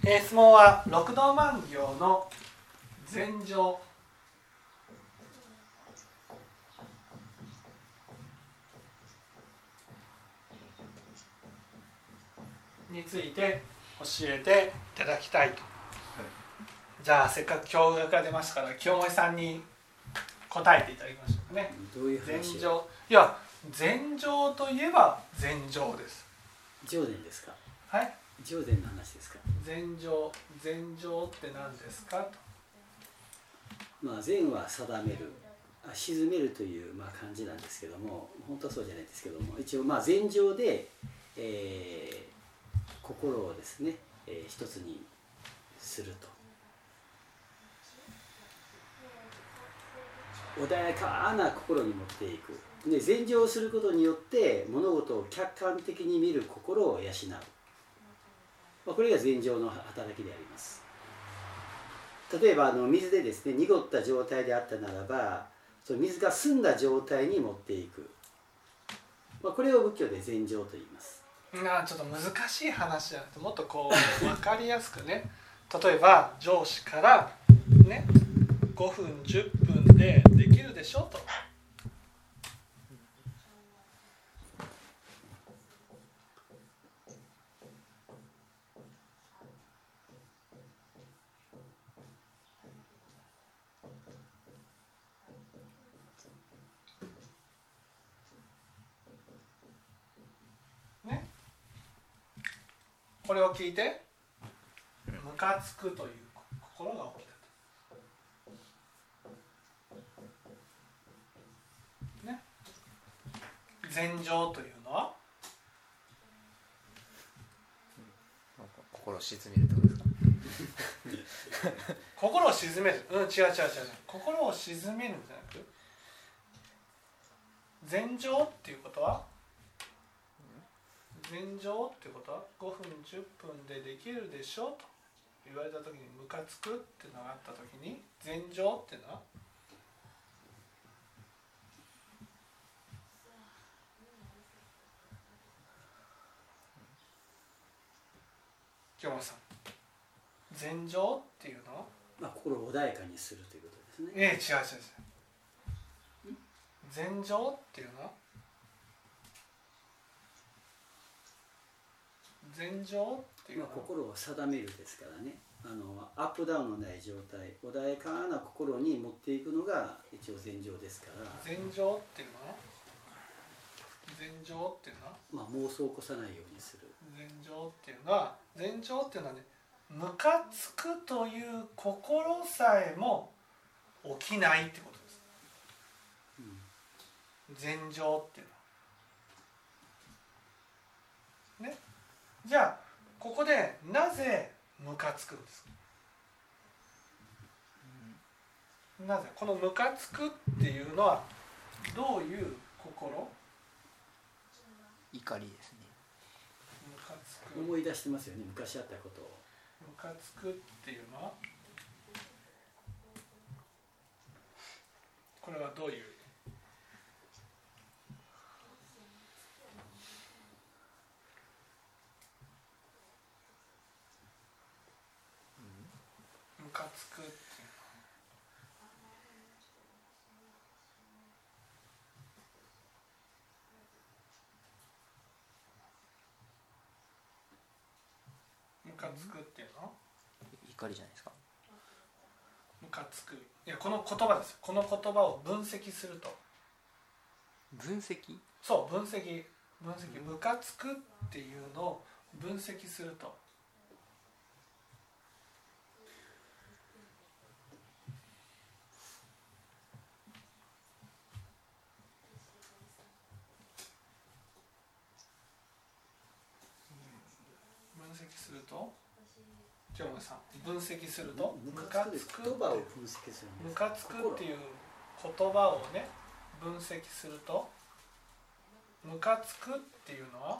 質問は六道万行の禅定について教えていただきたいと、じゃあせっかく教学が出ましたから清盛さんに答えていただきましょうかね。 どういう話？ 禅定、いや禅定といえば禅定です。 上禅ですか？ はい、 上禅の話ですか？ 禅定って何ですかと。 禅は定める、鎮めるという、漢字なんですけども、本当はそうじゃないですけども、一応禅定で、心をですね、一つにすると。穏やかな心に持っていく。で、禅定をすることによって物事を客観的に見る心を養う。これが禅定の働きであります。例えば水でですね、濁った状態であったならば、その水が澄んだ状態に持っていく。これを仏教で禅定と言います。 ちょっと難しい話じゃなくて、もっとこう分かりやすくね、例えば上司からね、5分10分でできるでしょと。ね、これを聞いてムカつくという心が起きたと。ね、禅定というのは心を鎮めるってことですか？ 心を鎮める、違う、心を鎮めるんじゃなく、禅定っていうことは、5分10分でできるでしょと言われた時にムカつくっていうのがあった時に、禅定っていうのは清盛さん、禅定っていうのは、 心を穏やかにするということですね。 違う。禅定っていうのは、 心を定めるですからね。アップダウンのない状態、穏やかな心に持っていくのが一応禅定ですから。 禅定っていうのは妄想を起こさないようにする。 禅定っていうのはね、ムカつくという心さえも起きないってことです。禅定っていうのはね。じゃあここでなぜムカつくんですか？なぜこのムカつくっていうのはどういう心？ 怒りですね。 ムカつく、 思い出してますよね、昔あったことを。 ムカつくっていうのは、これはどういう？ムカつくっていうのは、ムカつくっていうの？ 怒りじゃないですか。 ムカつく、いやこの言葉です。この言葉を分析すると。 分析？ そう、分析。ムカつくっていうのを分析すると。清盛さん、分析すると、ムカつく、 言葉を分析するんです。 ムカつくっていう言葉をね、分析すると、ムカつくっていうのは、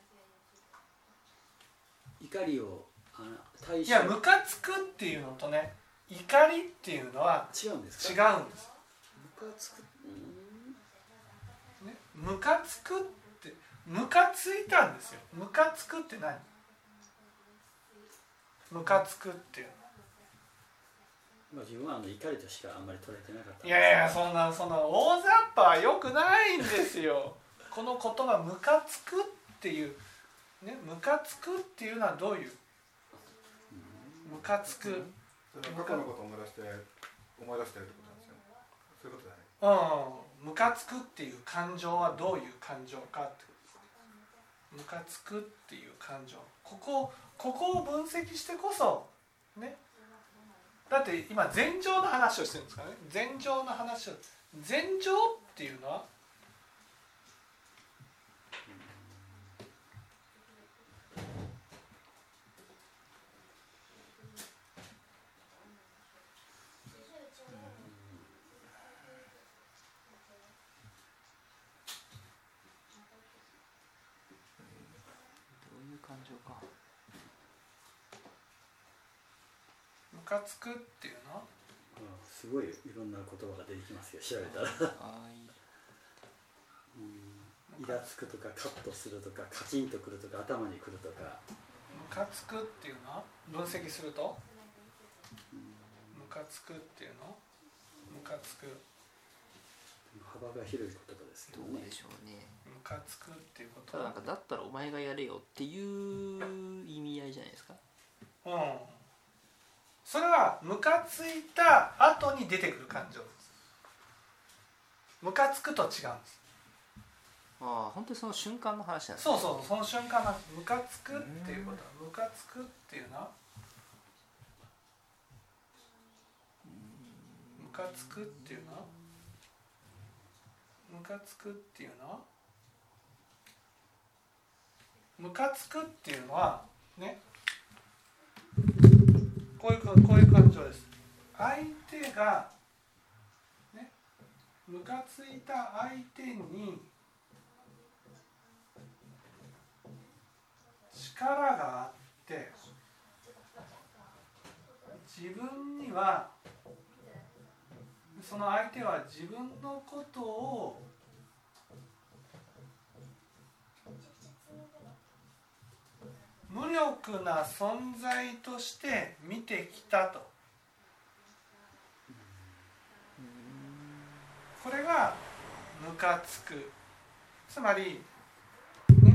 怒りを対象。 いや、ムカつくっていうのとね、怒りっていうのは違うんですか？違うんです。 ムカつく、 ね、ムカつくって、ムカついたんですよ。ムカつくって何？ ムカつくっていうまあ、自分は怒りとしかあんまり捉えてなかったんですけど。 いやいや、そんな大雑把は良くないんですよこの言葉ムカつくっていうね、ムカつくっていうのはどういうムカつく、 過去のことを思い出してるってことなんですよ。そういうことじゃない。 ムカつくっていう感情はどういう感情かってことです。ムカつくっていう感情、ここを分析してこそね。だって今前情の話をしてるんですからね。前情の話を、前情っていうのは感情か。 ムカつくっていうの、 すごいいろんな言葉が出てきますよ、調べたらイラつくとかカッとするとかカチンとくるとか頭にくるとか。 ムカつくっていうのは分析すると、ムカつくっていうの、ムカつく、 幅が広い言葉ですけどね。 どうでしょうね。 ムカつくっていうことただなんかだったらお前がやれよっていう意味合いじゃないですか。 それはムカついた後に出てくる感情です。ムカつくと違うんです。 本当にその瞬間の話なんですね。そうその瞬間のムカつくっていうこと、ムカつくっていうのはムカつくっていうのはムカつくっていうのはムカつくっていうのはね、こういう感情です。相手がね、ムカついた相手に力があって自分にはその相手は自分のことを無力な存在として見てきたと。これがムカつく。つまり、ね、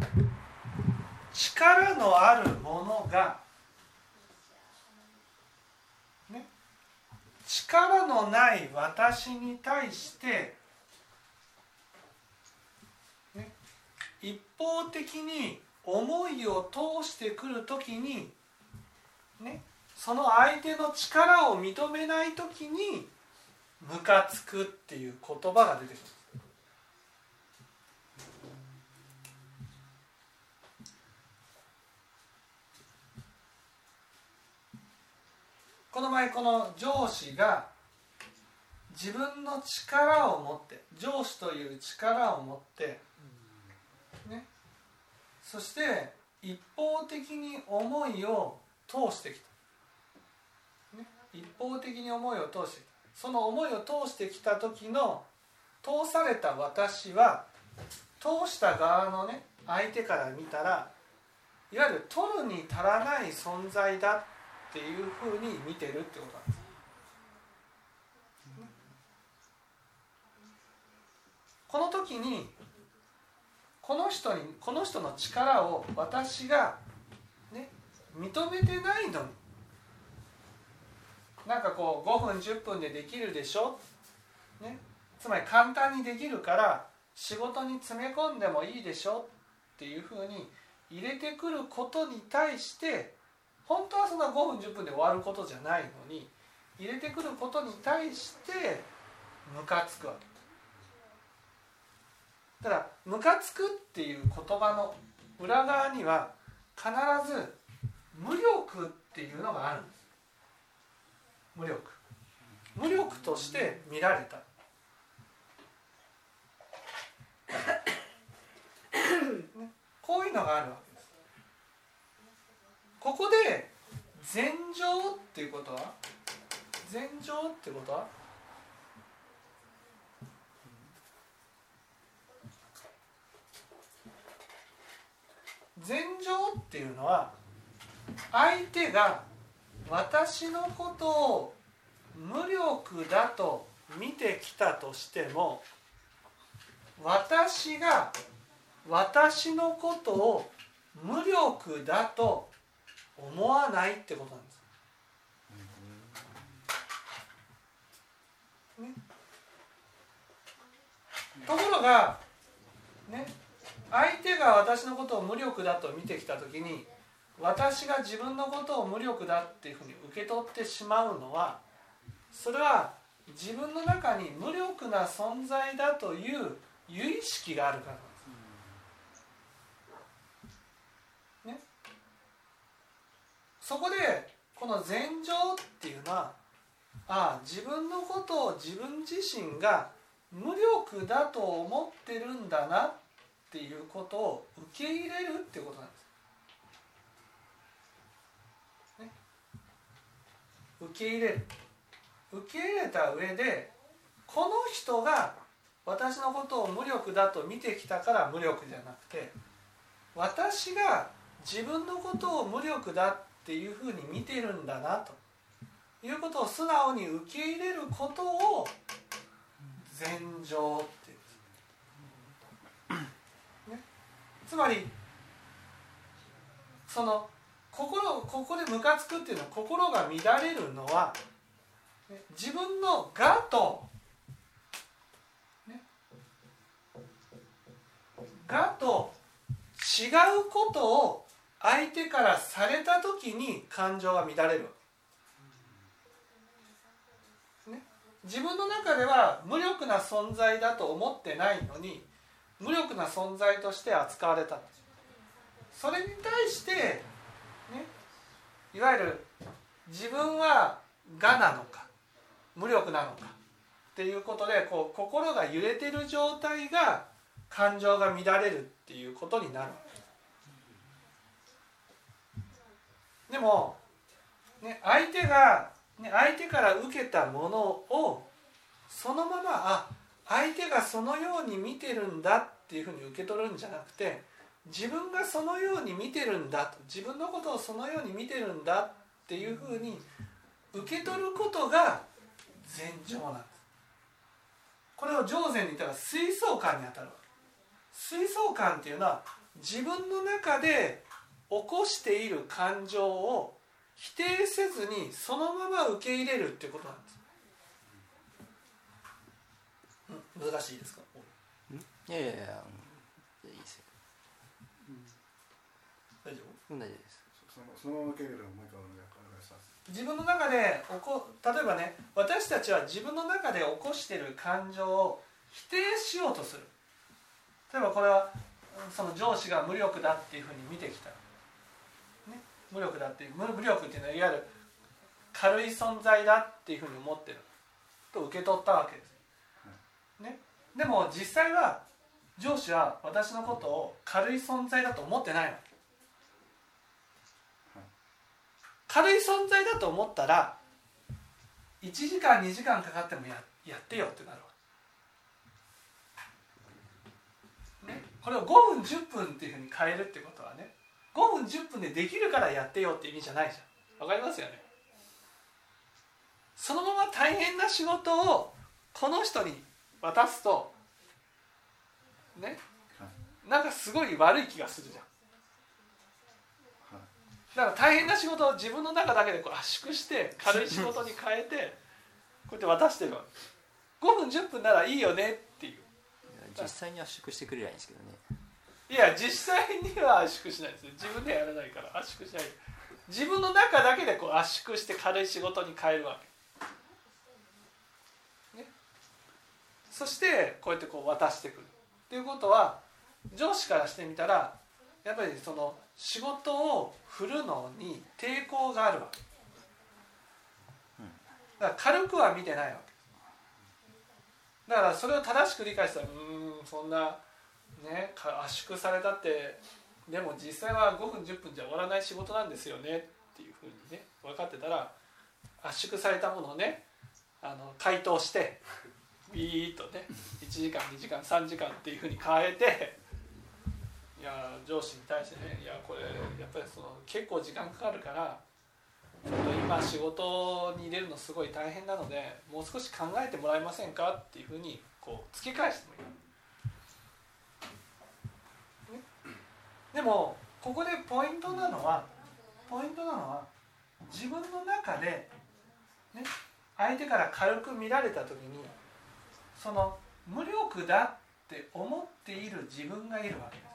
力のあるものが、ね、力のない私に対して、ね、一方的に思いを通してくるときに、ね、その相手の力を認めないときにムカつくっていう言葉が出てくる。この前この上司が自分の力を持って、上司という力を持ってね、そして一方的に思いを通してきた、ね、一方的に思いを通してきた。その思いを通してきた時の通された私は、通した側のね、相手から見たらいわゆる取るに足らない存在だっていうふうに見てるってことなんです。この時にこの人の力を私が、ね、認めてないのに、なんかこう5分10分でできるでしょ、ね、つまり簡単にできるから仕事に詰め込んでもいいでしょっていうふうに入れてくることに対して、本当はそんな5分10分で終わることじゃないのに入れてくることに対してムカつくわけ。ただムカつくっていう言葉の裏側には必ず無力っていうのがあるんです。無力として見られたこういうのがあるわけです。ここで前情っていうことは、前情ってことは前情っていうのは相手が私のことを無力だと見てきたとしても、私が私のことを無力だと思わないってことなんです、ね、ところが、ね、相手が私のことを無力だと見てきたときに、私が自分のことを無力だっていうふうに受け取ってしまうのは、それは自分の中に無力な存在だという由意識があるからなんです、ね、そこでこの禅情っていうのは、自分のことを自分自身が無力だと思ってるんだなっていうことを受け入れるっていうことなんです、ね、受け入れた上で、この人が私のことを無力だと見てきたから無力じゃなくて、私が自分のことを無力だっていうふうに見てるんだなということを素直に受け入れることを禅情って言うんです、ね、つまりそのここでムカつくっていうのは、心が乱れるのは自分の我と、ね、我と違うことを相手からされたときに感情が乱れる、ね、自分の中では無力な存在だと思ってないのに無力な存在として扱われたんです。それに対して、ね、いわゆる自分は我なのか無力なのかっていうことで、こう心が揺れている状態が感情が乱れるっていうことになる。でも、ね、相手から受けたものをそのまま相手がそのように見てるんだっていうふうに受け取るんじゃなくて、自分がそのように見てるんだと、自分のことをそのように見てるんだっていうふうに受け取ることが禅情なんです。これを上禅に言ったら水槽感にあたるわけ。水槽感っていうのは自分の中で起こしている感情を否定せずにそのまま受け入れるっていうことなんです。難しいですか？ いやいいですよ。 大丈夫？ 大丈夫です。 そのまま受け入れるのをもう一回お願いします。 自分の中で例えばね、私たちは自分の中で起こしている感情を否定しようとする。例えばこれはその上司が無力だっていうふうに見てきた、ね、無力だっていう、無力っていうのはいわゆる軽い存在だっていうふうに思ってると受け取ったわけです、ね、でも実際は上司は私のことを軽い存在だと思ってないの。軽い存在だと思ったら1時間2時間かかっても やってよってなるわ、ね、これを5分10分っていうふうに変えるってことはね、5分10分でできるからやってよって意味じゃないじゃん。わかりますよね。そのまま大変な仕事をこの人に渡すとね、なんかすごい悪い気がするじゃん。だから大変な仕事を自分の中だけでこう圧縮して軽い仕事に変えてこうやって渡してるわけ。5分10分ならいいよねっていう。 実際に圧縮してくれりゃいいんですけどね。 いや実際には圧縮しないですよ。自分ではやらないから圧縮しない。自分の中だけでこう圧縮して軽い仕事に変えるわけ、ね、そしてこうやってこう渡してくるっていうことは、上司からしてみたらやっぱりその仕事を振るのに抵抗があるわけだから軽くは見てないわけだから、それを正しく理解したらそんなね圧縮されたってでも実際は5分10分じゃ終わらない仕事なんですよねっていうふうにね分かってたら、圧縮されたものをね解凍してビーッとね1時間2時間3時間っていうふうに変えてや上司に対してね、いやこれやっぱり結構時間かかるからちょっと今仕事に入れるのすごい大変なのでもう少し考えてもらえませんかっていうふうにこう付け返してもいい、ね、でもここでポイントなのは自分の中で、ね、相手から軽く見られた時にその無力だって思っている自分がいるわけです、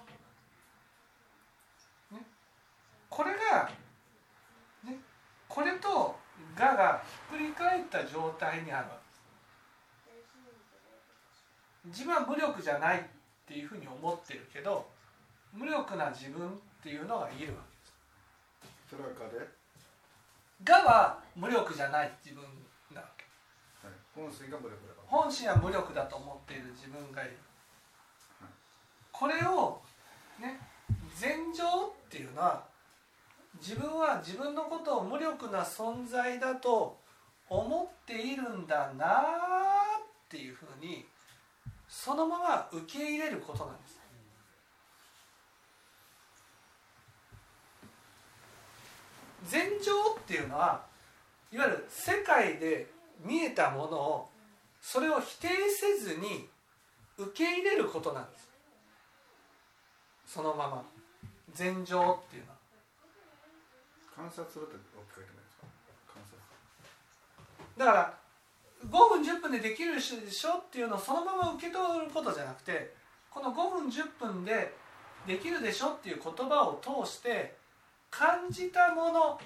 ね、これが、ね、これと我がひっくり返った状態にあるわけです。自分は無力じゃないっていうふうに思ってるけど無力な自分っていうのがいるわけです。 それは我で我は無力じゃない自分なわけ、 はい、本心が無力だから本心は無力だと思っている自分がいる、はい、これをね禅情っていうのは自分は自分のことを無力な存在だと思っているんだなっていうふうにそのまま受け入れることなんです。禅情っていうのはいわゆる世界で見えたものをそれを否定せずに受け入れることなんです。そのまま禅情っていうのは観察するって置き換えてもいいですか？観察だから5分10分でできるでしょっていうのをそのまま受け取ることじゃなくてこの5分10分でできるでしょっていう言葉を通して感じたもの、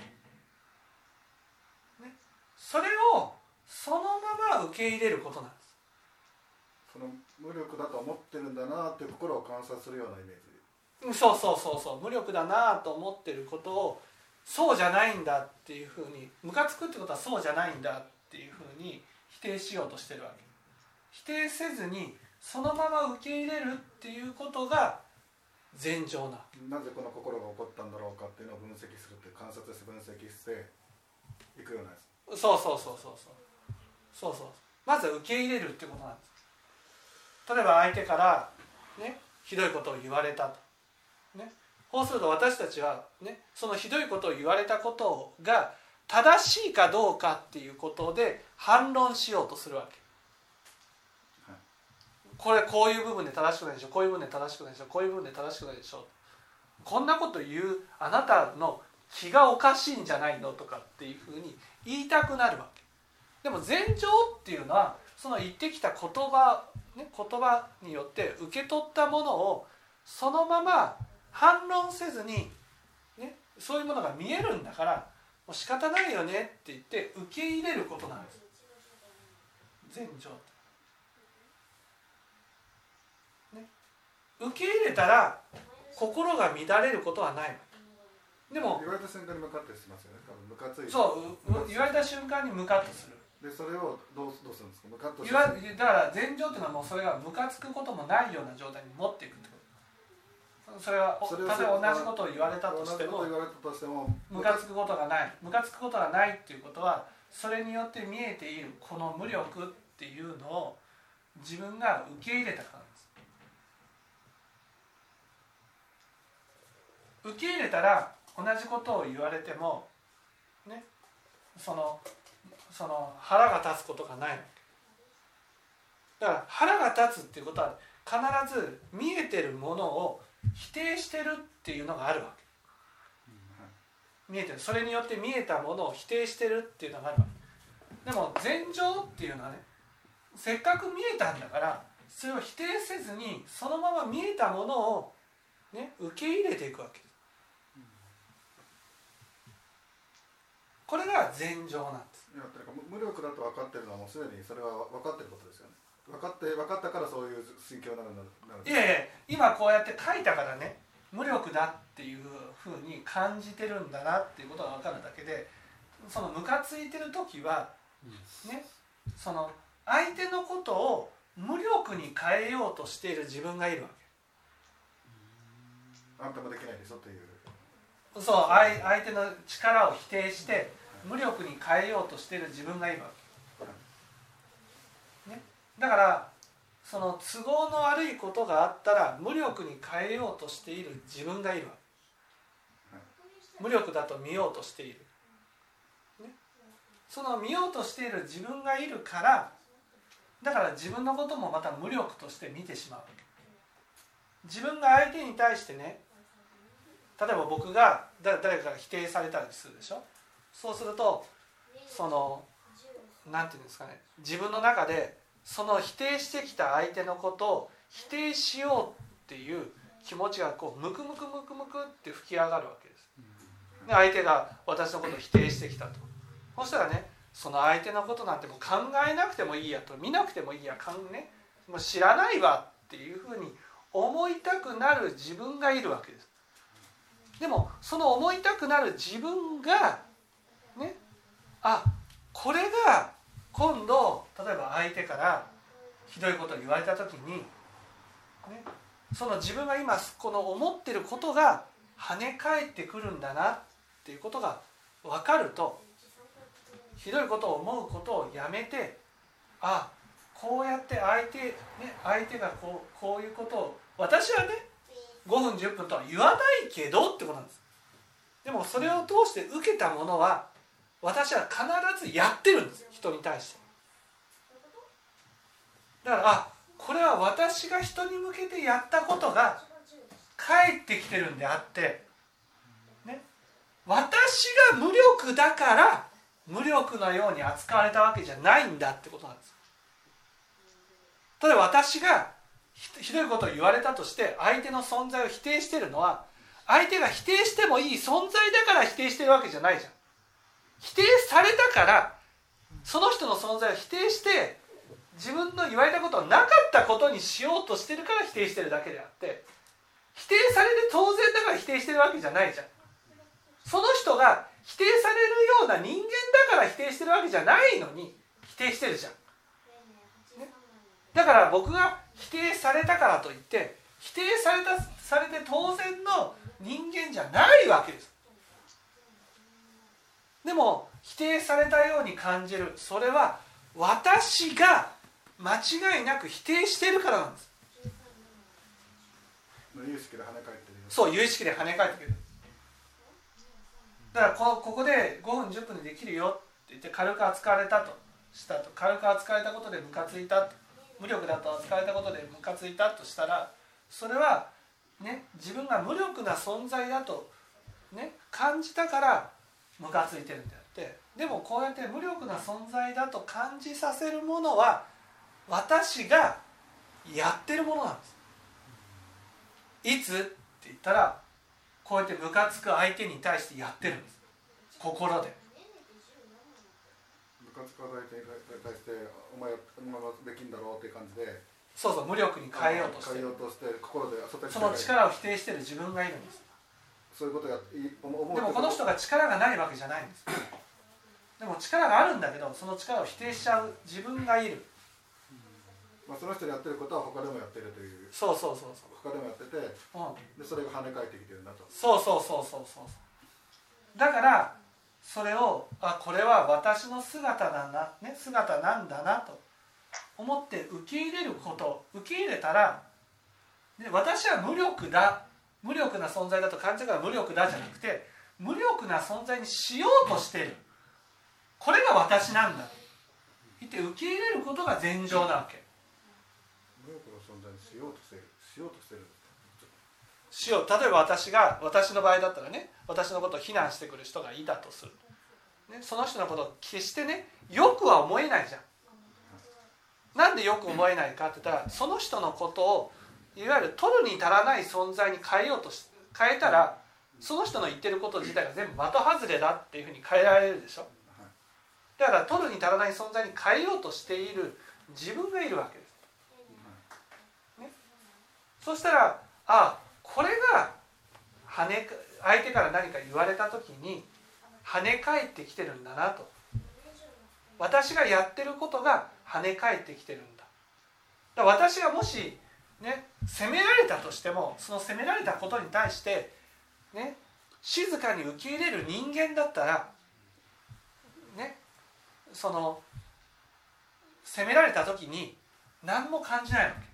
ね、それをそのまま受け入れることなんです。 その無力だと思ってるんだなっていう心を観察するようなイメージ。 そう無力だなと思ってることをそうじゃないんだっていうふうにムカつくってことはそうじゃないんだっていうふうに否定しようとしてるわけ。否定せずにそのまま受け入れるっていうことが禅情な。 なぜこの心が起こったんだろうかっていうのを分析するって観察して分析していくようなやつ。 そうまずは受け入れるってことなんです。例えば相手からねひどいことを言われたとね、そうすると私たちは、ね、そのひどいことを言われたことが正しいかどうかっていうことで反論しようとするわけ、はい、こういう部分で正しくないでしょ、こういう部分で正しくないでしょ、こういう部分で正しくないでしょ、こんなこと言うあなたの気がおかしいんじゃないのとかっていうふうに言いたくなるわけ。でも禅情っていうのはその言ってきた言葉によって受け取ったものをそのまま反論せずに、ね、そういうものが見えるんだからもう仕方ないよねって言って受け入れることなんです。禅情って、ね、受け入れたら心が乱れることはない。でも言われた瞬間にムカッとしますよね。多分ムカついてそう言われた瞬間にムカッとする。 でそれをどうするんですか？ムカッとだから禅情っていうのはもうそれがムカつくこともないような状態に持っていくってこと。それは例えば同じことを言われたとしてもムカつくことがないっていうことはそれによって見えているこの無力っていうのを自分が受け入れたからです。受け入れたら同じことを言われてもねその腹が立つことがない。だから腹が立つっていうことは必ず見えてるものを否定してるっていうのがあるわけ。見えてる、それによって見えたものを否定してるっていうのがあるわけ。でも禅情っていうのはねせっかく見えたんだからそれを否定せずにそのまま見えたものを、ね、受け入れていくわけです。これが禅情なんです。 いや無力だと分かってるのはもうすでにそれは分かってることですよね。分かったからそういう心境になるんだ。 いや今こうやって書いたからね無力だっていうふうに感じてるんだなっていうことが分かるだけでそのムカついてる時は、ね、その相手のことを無力に変えようとしている自分がいるわけ。 あんたもできないでしょという。 そう相手の力を否定して無力に変えようとしている自分がいるわけ、ね、だからその都合の悪いことがあったら無力に変えようとしている自分がいるわけ。無力だと見ようとしている、ね、その見ようとしている自分がいるから、だから自分のこともまた無力として見てしまうわけ。自分が相手に対してね、例えば僕が誰かが否定されたりするでしょ。そうするとそのなんていうんですかね、自分の中でその否定してきた相手のことを否定しようっていう気持ちがこうムクムクムクムクって吹き上がるわけです。で相手が私のことを否定してきたと。そしたらね、その相手のことなんてもう考えなくてもいいやと、見なくてもいいや、もう知らないわっていうふうに思いたくなる自分がいるわけです。でもその思いたくなる自分がね、これが今度例えば相手からひどいことを言われた時に、ね、その自分が今この思ってることが跳ね返ってくるんだなっていうことが分かると、ひどいことを思うことをやめて、こうやって相手がこういうことを私はね5分10分とは言わないけどってことなんです。でもそれを通して受けたものは私は必ずやってるんです、人に対して。だからこれは私が人に向けてやったことが返ってきてるんであって、ね、私が無力だから無力なように扱われたわけじゃないんだってことなんです。例えば私がひどいことを言われたとして相手の存在を否定してるのは、相手が否定してもいい存在だから否定してるわけじゃないじゃん。否定されたからその人の存在を否定して自分の言われたことをなかったことにしようとしてるから否定してるだけであって、否定されて当然だから否定してるわけじゃないじゃん。その人が否定されるような人間だから否定してるわけじゃないのに否定してるじゃん、ね、だから僕が否定されたからといって否定されて当然の人間じゃないわけです。でも否定されたように感じる、それは私が間違いなく否定してるからなんです。 有意識で跳ね返ってる。 そう、有意識で跳ね返ってくる。だからここで5分10分でできるよって言って軽く扱われたとしたと、軽く扱われたことでムカついたと、無力だと扱われたことでムカついたとしたら、それはね、自分が無力な存在だと、ね、感じたからムカついてるんであって、でもこうやって無力な存在だと感じさせるものは私がやってるものなんです。いつって言ったら、こうやってムカつく相手に対してやってるんです、心で。 ムカつく相手に対してお前は今のできんだろうっていう感じで、 そうそう、無力に変えようとして心でその力を否定してる自分がいるんです。 そういうことや思う。 でもこの人が力がないわけじゃないんです。でも力があるんだけど、その力を否定しちゃう自分がいる。 その人にやってることは他でもやってるという。 そう他でもやってて、でそれが跳ね返ってきてるんだと。 そうだからそれをこれは私の姿なんだなと思って受け入れること、受け入れたら、で私は無力な存在だと感じるから無力だじゃなくて、無力な存在にしようとしている、これが私なんだと言って受け入れることが禅情なわけ。 無力な存在にしようとしてる例えば私の場合だったらね、私のことを非難してくる人がいたとする、ね、その人のことを決してねよくは思えないじゃん。なんでよく思えないかって言ったら、その人のことをいわゆる取るに足らない存在に変えたら、その人の言ってること自体が全部的外れだっていうふうに変えられるでしょ。だから取るに足らない存在に変えようとしている自分がいるわけです、ね、そしたらこれが相手から何か言われた時に跳ね返ってきてるんだなと、私がやってることが跳ね返ってきてるんだ。だから私がもしね責められたとしても、その責められたことに対してね静かに受け入れる人間だったらね、その責められた時に何も感じないわけ。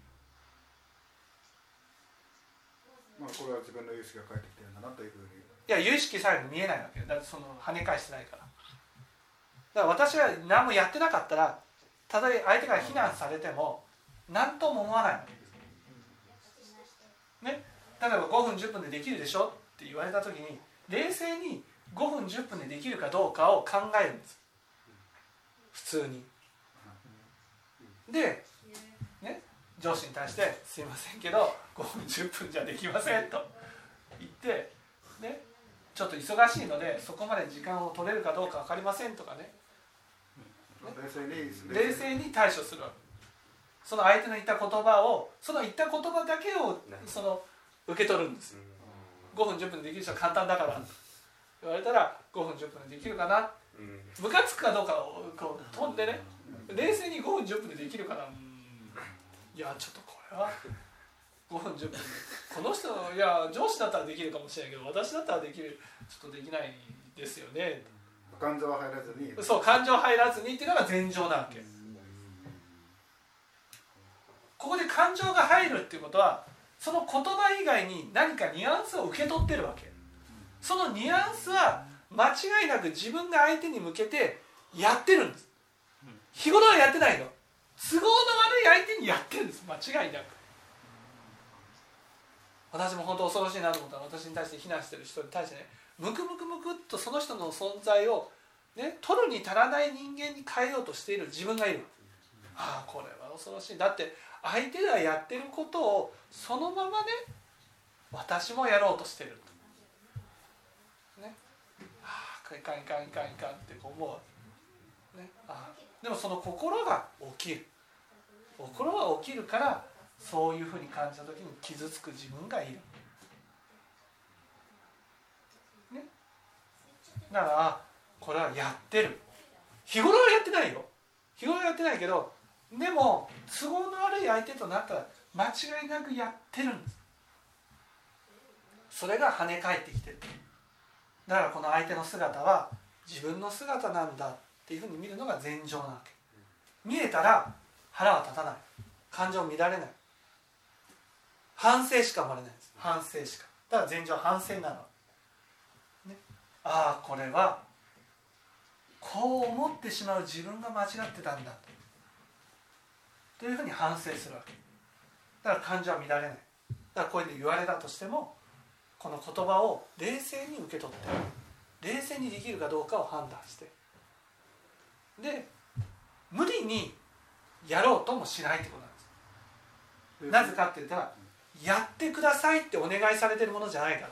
まあこれは自分の意識が返ってきてるんだなというふうに。 いや有意識さえも見えないわけだって、その跳ね返してないから。だから私が何もやってなかったら、たとえ相手が非難されても何とも思わないわけですね。例えば5分10分でできるでしょって言われた時に、冷静に5分10分でできるかどうかを考えるんです、普通に。で、ね、上司に対してすいませんけど5分10分じゃできませんと言って、ね、ちょっと忙しいのでそこまで時間を取れるかどうか分かりませんとかね、冷静に対処するわけ。その相手の言った言葉を、その言った言葉だけをその受け取るんです。5分10分でできる人は簡単だから言われたら5分10分でできるかな、ムカつくかどうかをこう飛んでね、冷静に5分10分でできるかな、いやちょっとこれは5分10分でこの人、いや上司だったらできるかもしれないけど私だったらできる、ちょっとできないですよね。 感情は入らずに、 そう感情入らずにっていうのが禅情なわけ。ここで感情が入るっていうことは、その言葉以外に何かニュアンスを受け取ってるわけ。そのニュアンスは間違いなく自分が相手に向けてやってるんです。日頃はやってないの。都合の悪い相手にやってるんです、間違いなく。私も本当恐ろしいなと思ったら、私に対して非難してる人に対してね、ムクムクムクっとその人の存在を、ね、取るに足らない人間に変えようとしている自分がいる。ああこれは恐ろしい。だって相手がやってることをそのままね私もやろうとしてると、ね、ああいかんいかんいかんいかんって思う、ね、ああでもその心が起きる、心が起きるからそういうふうに感じた時に傷つく自分がいる、ね、だからこれはやってる。日頃はやってないよ、日頃はやってないけど、でも都合の悪い相手となったら間違いなくやってるんです。それが跳ね返ってきてる。だからこの相手の姿は自分の姿なんだっていうふうに見るのが禅情なわけ。見えたら腹は立たない、感情乱れない、反省しか生まれないんです。反省しか。だから禅情は反省なの、ね、ああこれはこう思ってしまう自分が間違ってたんだというふうに反省するわけだから、感情は乱れない。だからこういうふうに言われたとしてもこの言葉を冷静に受け取って冷静にできるかどうかを判断して、で無理にやろうともしないってことなんです。なぜかって言ったらやってくださいってお願いされてるものじゃないから。 や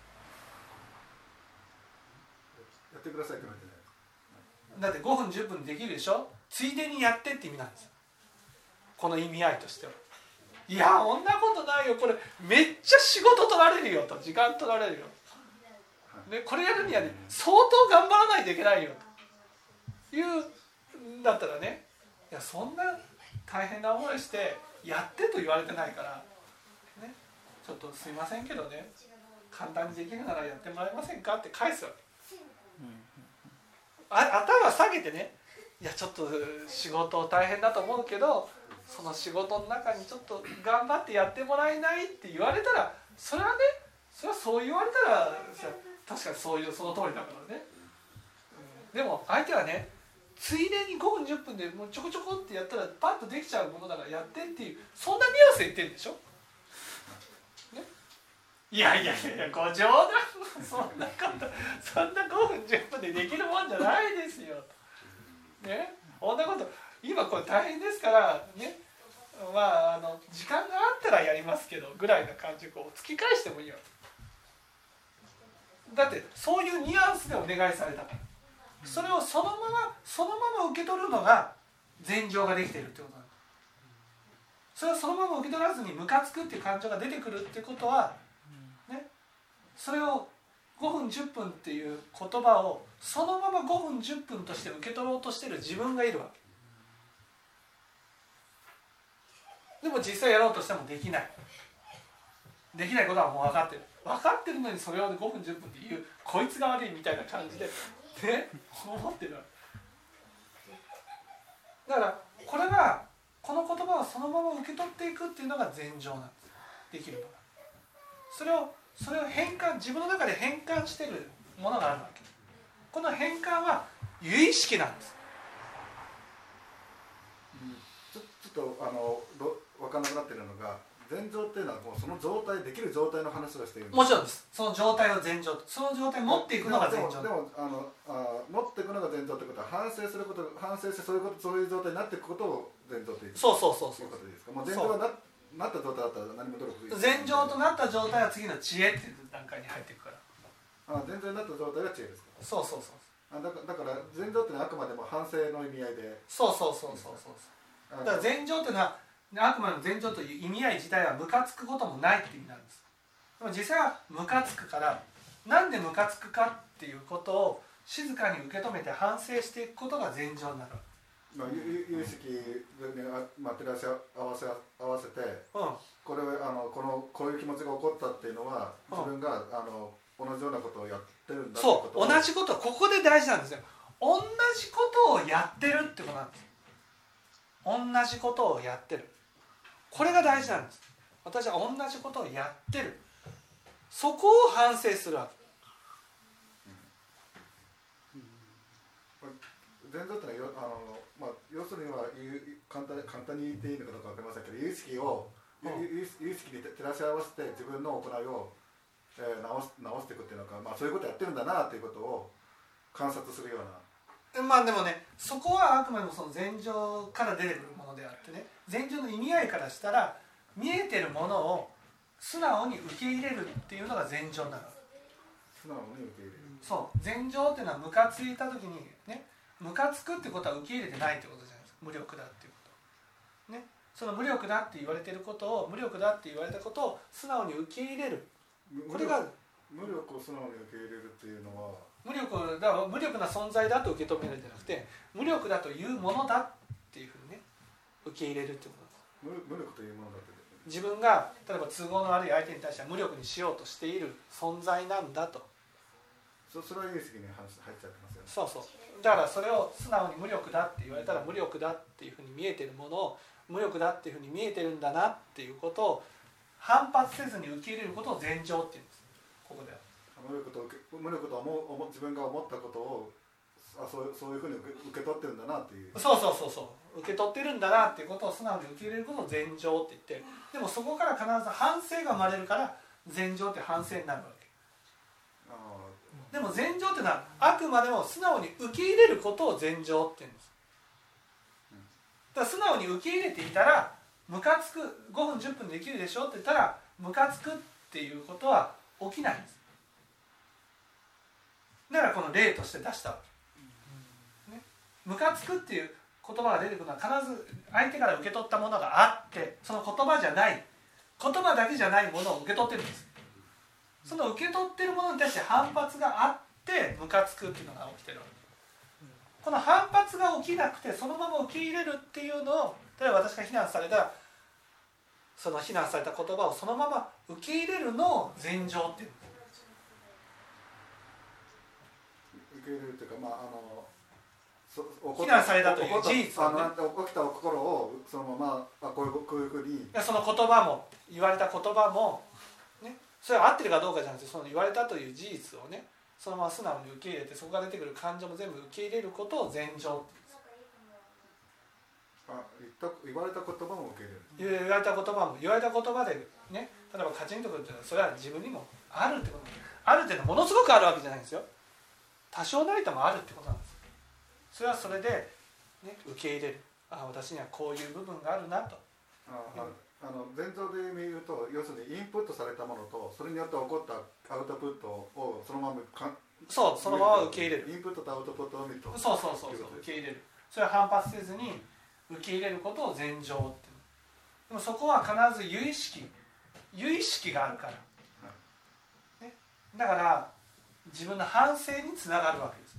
ってくださいって言われてない。 だって5分10分できるでしょ、ついでにやってって意味なんですよ、この意味合いとしては。いやそんなことないよ、これめっちゃ仕事取られるよと、時間取られるよ、でこれやるにはね相当頑張らないといけないよというんだったらね、いやそんな大変な思いしてやってと言われてないから、ね、ちょっとすいませんけどね簡単にできるならやってもらえませんかって返すわけ。頭下げてね、いやちょっと仕事大変だと思うけどその仕事の中にちょっと頑張ってやってもらえないって言われたら、それはね、それはそう言われたら確かにその通りだからね、でも相手はねついでに5分10分でもうちょこちょこってやったらパッとできちゃうものだからやってっていう、そんなニュアンスで言ってるんでしょ、ね、いやご冗談そんな5分10分でできるもんじゃないですよ、ね、こんなこと今これ大変ですからね、まあ時間があったらやりますけどぐらいな感じでこう突き返してもいいよ。だってそういうニュアンスでお願いされたから、それをそのまま受け取るのが禅情ができているってことなんです。それをそのまま受け取らずにムカつくっていう感情が出てくるってことは、ね、それを5分10分っていう言葉をそのまま5分10分として受け取ろうとしている自分がいるわけでも実際やろうとしてもできないことはもう分かってるのにそれを5分10分って言うこいつが悪いみたいな感じで、ね、思ってるわけだからこれはこの言葉をそのまま受け取っていくっていうのが禅情なんです。できるのがそれを変換、自分の中で変換しているものがあるわけ。この変換は由意識なんです。 ちょっと分からなくなっているのが、禅情っていうのはもうその状態、できる状態の話をしているんです。 もちろんです。その状態を禅情、その状態を持っていくのが禅情。 でも持っていくのが禅情ってことは、反省すること、反省してそういう状態になっていくことを禅情というそういうことですか。もう禅情がなった状態だったら何も努力できない。 禅情となった状態は次の知恵っていう段階に入っていくから。 禅情になった状態が知恵ですか。 そうそうそう。 だから禅情ってのはあくまでも反省の意味合いで。 そうだから禅情っていうのはあくまでも禅情という意味合い自体はムカつくこともないって意味なんです。でも実際はムカつくから、なんでムカつくかっていうことを静かに受け止めて反省していくことが禅情になる。 有意識に照らし合わせて、こういう気持ちが起こったっていうのは、自分が同じようなことをやってるんだってこと。 そう、同じこと、ここで大事なんですよ。同じことをやってるってことなんです。同じことをやってる、これが大事なんです。私は同じことをやってる、そこを反省するわけ。 禅情ってのは要するには簡単に言っていいのかどうか分かりませんけど、有意識に照らし合わせて自分の行いを、直していくっていうのか、そういうことやってるんだなっていうことを観察するような。 でもね、そこはあくまでもその禅情から出てくるものであってね、禅情の意味合いからしたら見えてるものを素直に受け入れるっていうのが禅情になる。 素直に受け入れる。 そう禅情っていうのはムカついた時にね、ムカつくってことは受け入れてないってことじゃないですか。無力だっていうことね。その無力だって言われてることを、無力だって言われたことを素直に受け入れる、これが無力を素直に受け入れるっていうのは、 無力な存在だと受け止めるんじゃなくて、無力だというものだっていうふうにね、受け入れるってことです。 無力というものだって、 自分が例えば都合の悪い相手に対しては無力にしようとしている存在なんだと。 それは有意識に入っちゃってますよね。 そうだからそれを素直に無力だって言われたら、無力だっていうふうに見えてるものを無力だっていうふうに見えてるんだなっていうことを反発せずに受け入れることを禅情っていうんです。ここでは無力と自分が思ったことをそういうふうに受け取ってるんだなっていう。 そう受け取ってるんだなっていうことを素直に受け入れることを禅情って言って、でもそこから必ず反省が生まれるから禅情って反省になるわけ。でも禅情っていうのはあくまでも素直に受け入れることを禅情って言うんです。だから素直に受け入れていたら、ムカつく5分10分できるでしょって言ったら、ムカつくっていうことは起きないんです。だからこの例として出したわけ、ね、ムカつくっていう言葉が出てくるのは必ず相手から受け取ったものがあって、その言葉じゃない、言葉だけじゃないものを受け取ってるんです。その受け取ってるものに対して反発があってムカつくっていうのが起きてるわけ。この反発が起きなくてそのまま受け入れるっていうのを、例えば私が非難されたら、その非難された言葉をそのまま受け入れるのを禅情っていう。 受け入れるというか、 非難されたという事実を、ね、 起きた心をそのままこういうふうに、 その言葉も言われた言葉も、ね、それは合ってるかどうかじゃなくて、その言われたという事実をね、そのまま素直に受け入れて、そこから出てくる感情も全部受け入れることを禅情って言われた言葉も受け入れる。 言われた言葉でね、例えばカチンとくるっていうのは、それは自分にもあるってこと。あるっていうのはものすごくあるわけじゃないんですよ。多少なりともあるってことなんです。それはそれで、ね、受け入れる。私にはこういう部分があるなと。 禅情で見ると、要するにインプットされたものとそれによって起こったアウトプットをそのままそのまま受け入れる。 インプットとアウトプットを見ると、 そう受け入れる。それは反発せずに受け入れることを禅情っていう。でもそこは必ず由意識があるから、ね、だから自分の反省につながるわけです。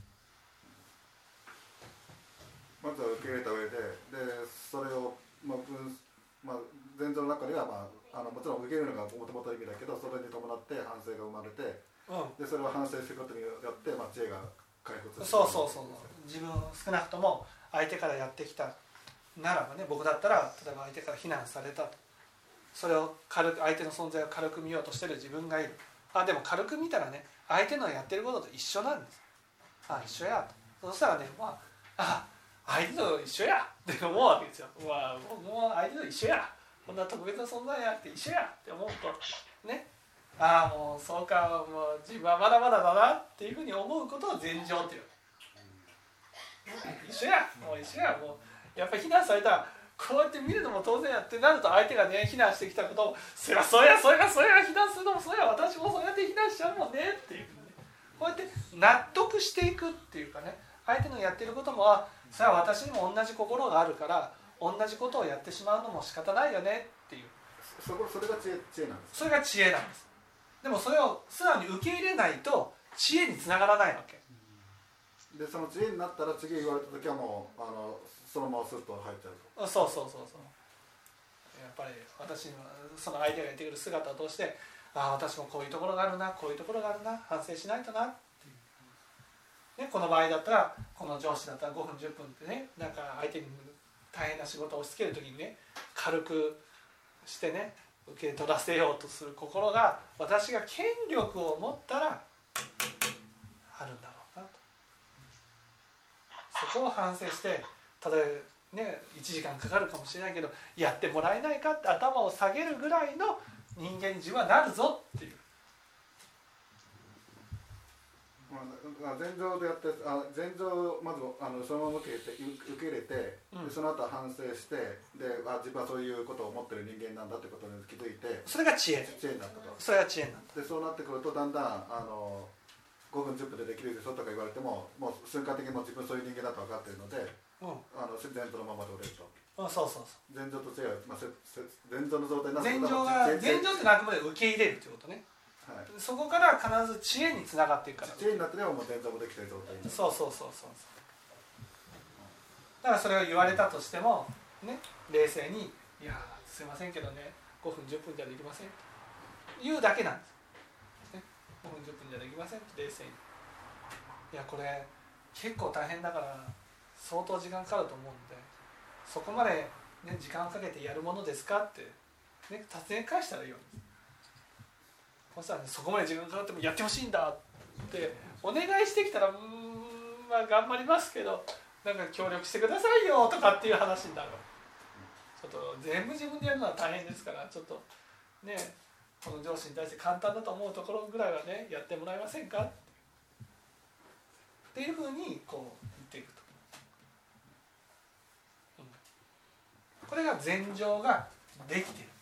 まずは受け入れた上で、それを、禅情の中には、もちろん受け入れるのがもともと意味だけど、それに伴って反省が生まれて、でそれを反省することによって、知恵が開発する。 そう自分少なくとも相手からやってきたならばね、僕だったら例えば相手から非難されたと、それを軽く、相手の存在を軽く見ようとしてる自分がいる。でも軽く見たらね、相手のやってることと一緒なんです。一緒やと。そしたらね、相手と一緒やって思うわけですよ。僕も相手と一緒や、こんな特別な存在やって一緒やって思うとね、もうそうか、もう自分はまだまだだなっていうふうに思うことを禅情っていう。一緒や、もう一緒や、もうやっぱり非難されたらこうやって見るのも当然やってなると、相手がね非難してきたことをそりゃそうや、そうや、そうや、非難するのもそうや、私もそうやって非難しちゃうもんねっていう、こうやって納得していくっていうかね、相手のやってることもそれは私にも同じ心があるから同じことをやってしまうのも仕方ないよねっていう、 それが知恵なんです。 それが知恵なんです。でもそれを素直に受け入れないと知恵につながらないわけで、その知恵になったら次言われた時はもうそのままスッと入っちゃうと。 そう。やっぱり私のその相手が言ってくる姿を通して、私もこういうところがあるな、こういうところがあるな、反省しないとなっていう、ね、この場合だったら、この上司だったら5分10分ってね、なんか相手に大変な仕事を押し付ける時にね、軽くしてね受け取らせようとする心が、私が権力を持ったらあるんだろうなと。そこを反省して、ただね1時間かかるかもしれないけどやってもらえないかって頭を下げるぐらいの人間に自分はなるぞっていう。 禅情でやって禅情をまずそのまま受け入れて、でその後反省して、で自分はそういうことを思ってる人間なんだってことに気づいて、 それが知恵になったと。 それが知恵になった。 でそうなってくるとだんだん5分10分でできるでしょとか言われても、もう瞬間的にもう自分そういう人間だと分かってるので、自然とのままでおれると。 そう禅情と知恵は、禅情の状態になる。禅情ってあくまで受け入れるってことね、はい、そこから必ず知恵につながっていくから、 知恵になってればもう禅情もできてる状態になる。 そうだからそれを言われたとしてもね、冷静にいやすいませんけどね5分10分じゃできませんと言うだけなんです、ね、5分10分じゃできませんと冷静に、いやこれ結構大変だから相当時間かかると思うんで、そこまで、ね、時間をかけてやるものですかって、ね、尋ね返したらいいよ。そしたら、ね、そこまで時間かかってもやってほしいんだってお願いしてきたら、頑張りますけどなんか協力してくださいよとかっていう話になる。ちょっと全部自分でやるのは大変ですから、ちょっとねこの上司に対して簡単だと思うところぐらいはねやってもらえませんかっていうふうにこう言っていくと、これが禅情ができている。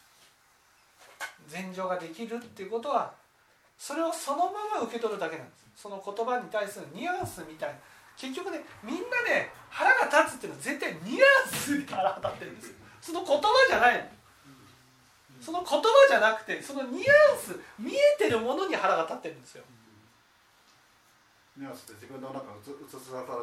禅情ができるっていうことはそれをそのまま受け取るだけなんです。その言葉に対するニュアンスみたいな、結局ねみんなね腹が立つっていうのは絶対ニュアンスに腹が立ってるんですよ。その言葉じゃないの。その言葉じゃなくてそのニュアンス、見えてるものに腹が立ってるんですよ。 ニュアンスって自分の中に映さされてる。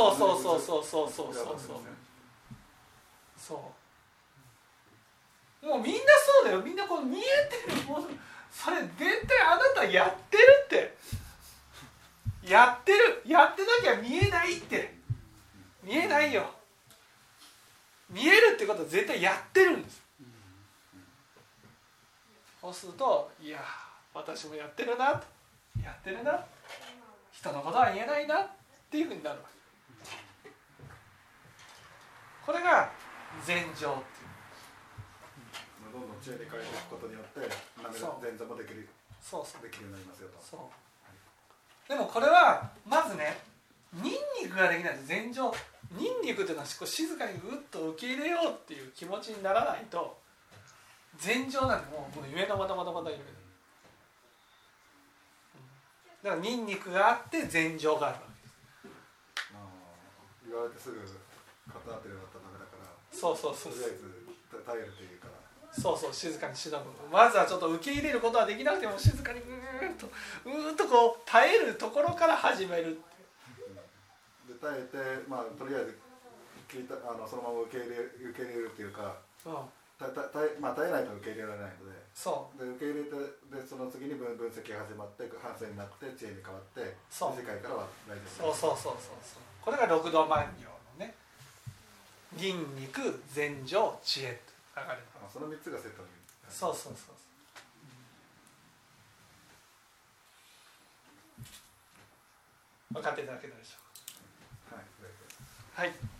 そうもうみんなそうだよ。みんなこの見えてるもの、それ絶対あなたやってるって、やってなきゃ見えないって、見えないよ。見えるってことは絶対やってるんです。そうすると、いや私もやってるな、人のことは言えないなっていうふうになるわけ。これが禅情っていう。 どんどん知恵に変えていくことによって禅情もできるようになりますよと。 そう、でもこれはまずねニンニクができないと禅情、ニンニクっていうのは静かにうっと受け入れようっていう気持ちにならないと禅情なんてもう夢のまた夢だからニンニクがあって禅情があるわけです。 言われてすぐ肩当てるようになったらダメだから、 そうとりあえず耐えるというか、 静かにしのぐ。まずはちょっと受け入れることはできなくても静かにうーんとこう耐えるところから始める。 で耐えて、とりあえずそのまま受け入れるっていうか、耐えないと受け入れられないので、で受け入れて、でその次に分析が始まって反省になって知恵に変わって、次回からは大丈夫です。 これが六度万行のね筋肉禅情知恵と書かれてます。 その3つがセットに。 そうそうそうそう。分かっていただけたでしょうか。はい。